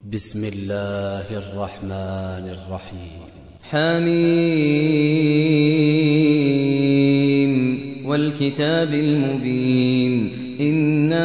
بسم الله الرحمن الرحيم. حميم والكتاب المبين إنا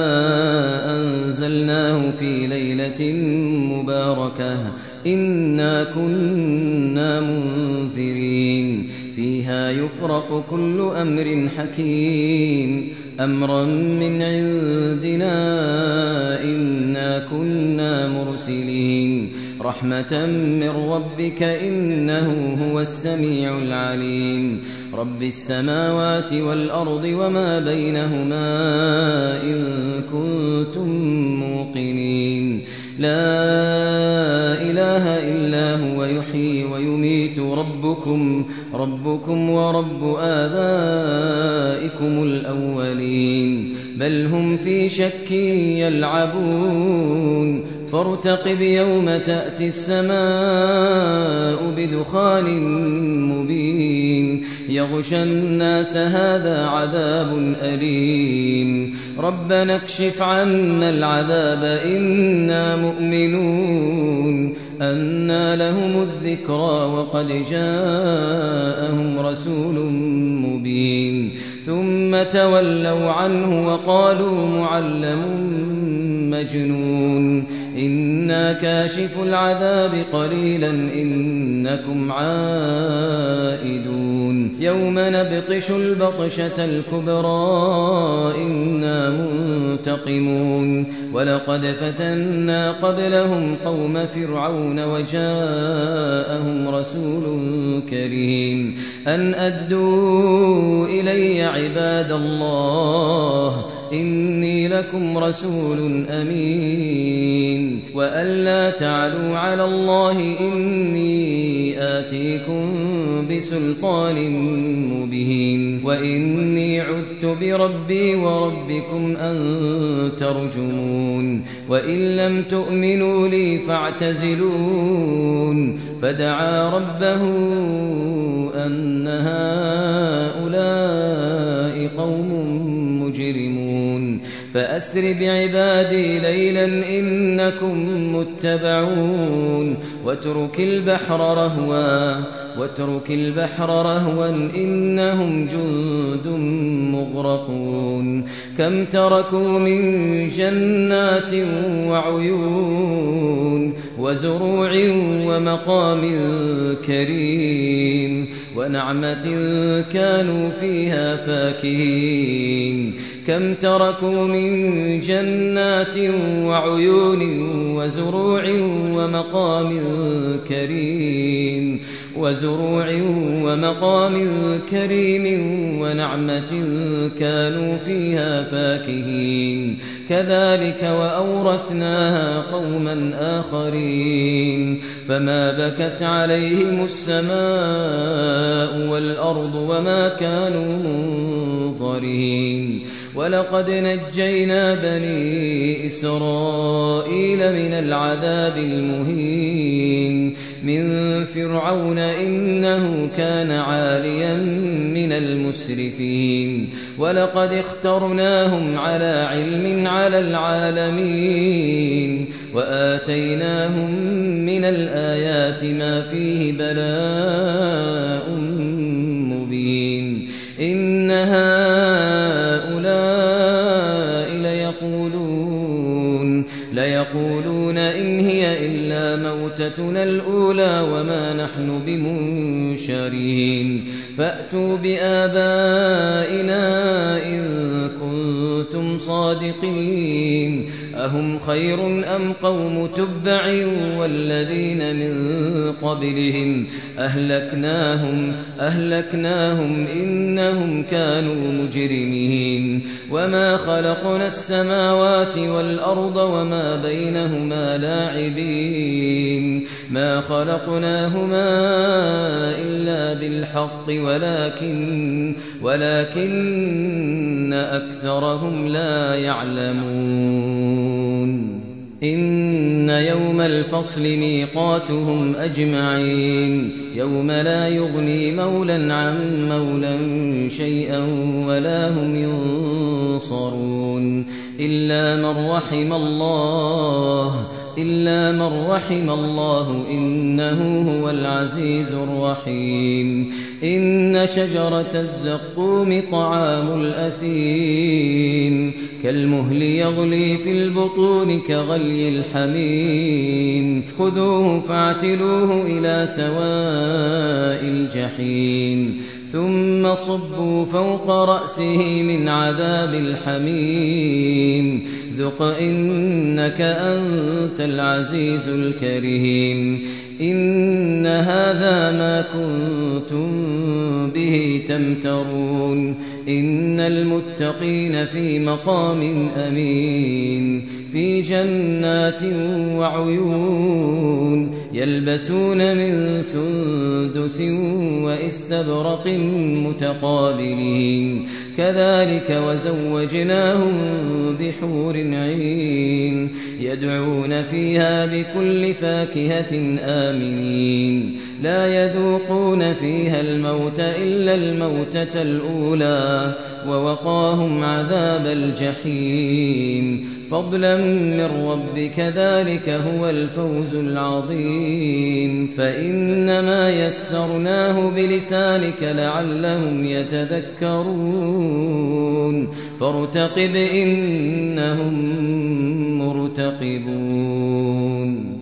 أنزلناه في ليلة مباركة إنا كنا منذرين فيها يفرق كل أمر حكيم أمرا من عندنا إنا كنا مرسلين رحمة من ربك إنه هو السميع العليم رب السماوات والأرض وما بينهما إن كنتم موقنين لا إله إلا هو يحيي ويميت ربكم ورب آبائكم الأولين بل هم في شك يلعبون فارتقب يوم تأتي السماء بدخان مبين يغشى الناس هذا عذاب أليم ربنا اكشف عنا العذاب إنا مؤمنون أنى لهم الذكرى وقد جاءهم رسول مبين ثم تولوا عنه وقالوا معلم مجنون إنا كاشف العذاب قليلا إنكم عائدون يوم نبطش البطشة الكبرى إنا منتقمون ولقد فتنا قبلهم قوم فرعون وجاءهم رسول كريم أن أدوا إلي عباد الله إني لكم رسول أمين وأن لا تعلوا على الله إني آتيكم بسلطان مبين وإني عذت بربي وربكم أن ترجمون وإن لم تؤمنوا لي فاعتزلون فدعا ربه أن هؤلاء قوم مجرمون فأسر بعبادي ليلا إنكم متبعون واترك البحر رهوا إنهم جند مغرقون كم تركوا من جنات وعيون وزروع ومقام كريم ونعمة كانوا فيها فاكهين كم تركوا من جنات وعيون وزروع ومقام كريم ونعمة كانوا فيها فاكهين كذلك وأورثناها قوما آخرين فما بكت عليهم السماء والأرض وما كانوا منظرين ولقد نجينا بني إسرائيل من العذاب المهين من فرعون إنه كان عاليا من المسرفين ولقد اخترناهم على علم على العالمين وآتيناهم من الآيات ما فيه بلاء مبين إن هؤلاء ليقولون إن هي إلا موتتنا الأولى وما نحن بمنشرين فأتوا بآبائنا إن كنتم صادقين أهم خير أم قوم تبع والذين من قبلهم أهلكناهم إنهم كانوا مجرمين وما خلقنا السماوات والأرض وما بينهما لاعبين ما خلقناهما إلا بالحق ولكن أكثرهم لا يعلمون إن يوم الفصل ميقاتهم أجمعين يوم لا يغني مولا عن مولا شيئا ولا هم ينصرون إلا من رحم الله إلا من رحم الله إنه هو العزيز الرحيم إن شجرة الزقوم طعام الأثيم كالمهل يغلي في البطون كغلي الحميم خذوه فاعتلوه إلى سواء الجحيم ثم صبوا فوق رأسه من عذاب الحميم ذق إنك أنت العزيز الكريم إن هذا ما كنتم به تمترون إن المتقين في مقام أمين في جنات وعيون يلبسون من سندس وإستبرق متقابلين كذلك وزوجناهم بحور عين يدعون فيها بكل فاكهة آمنين لا يذوقون فيها الموت إلا الموتة الأولى ووقاهم عذاب الجحيم فضلا من ربك ذلك هو الفوز العظيم فإنما يسرناه بلسانك لعلهم يتذكرون فارتقب إنهم مرتقبون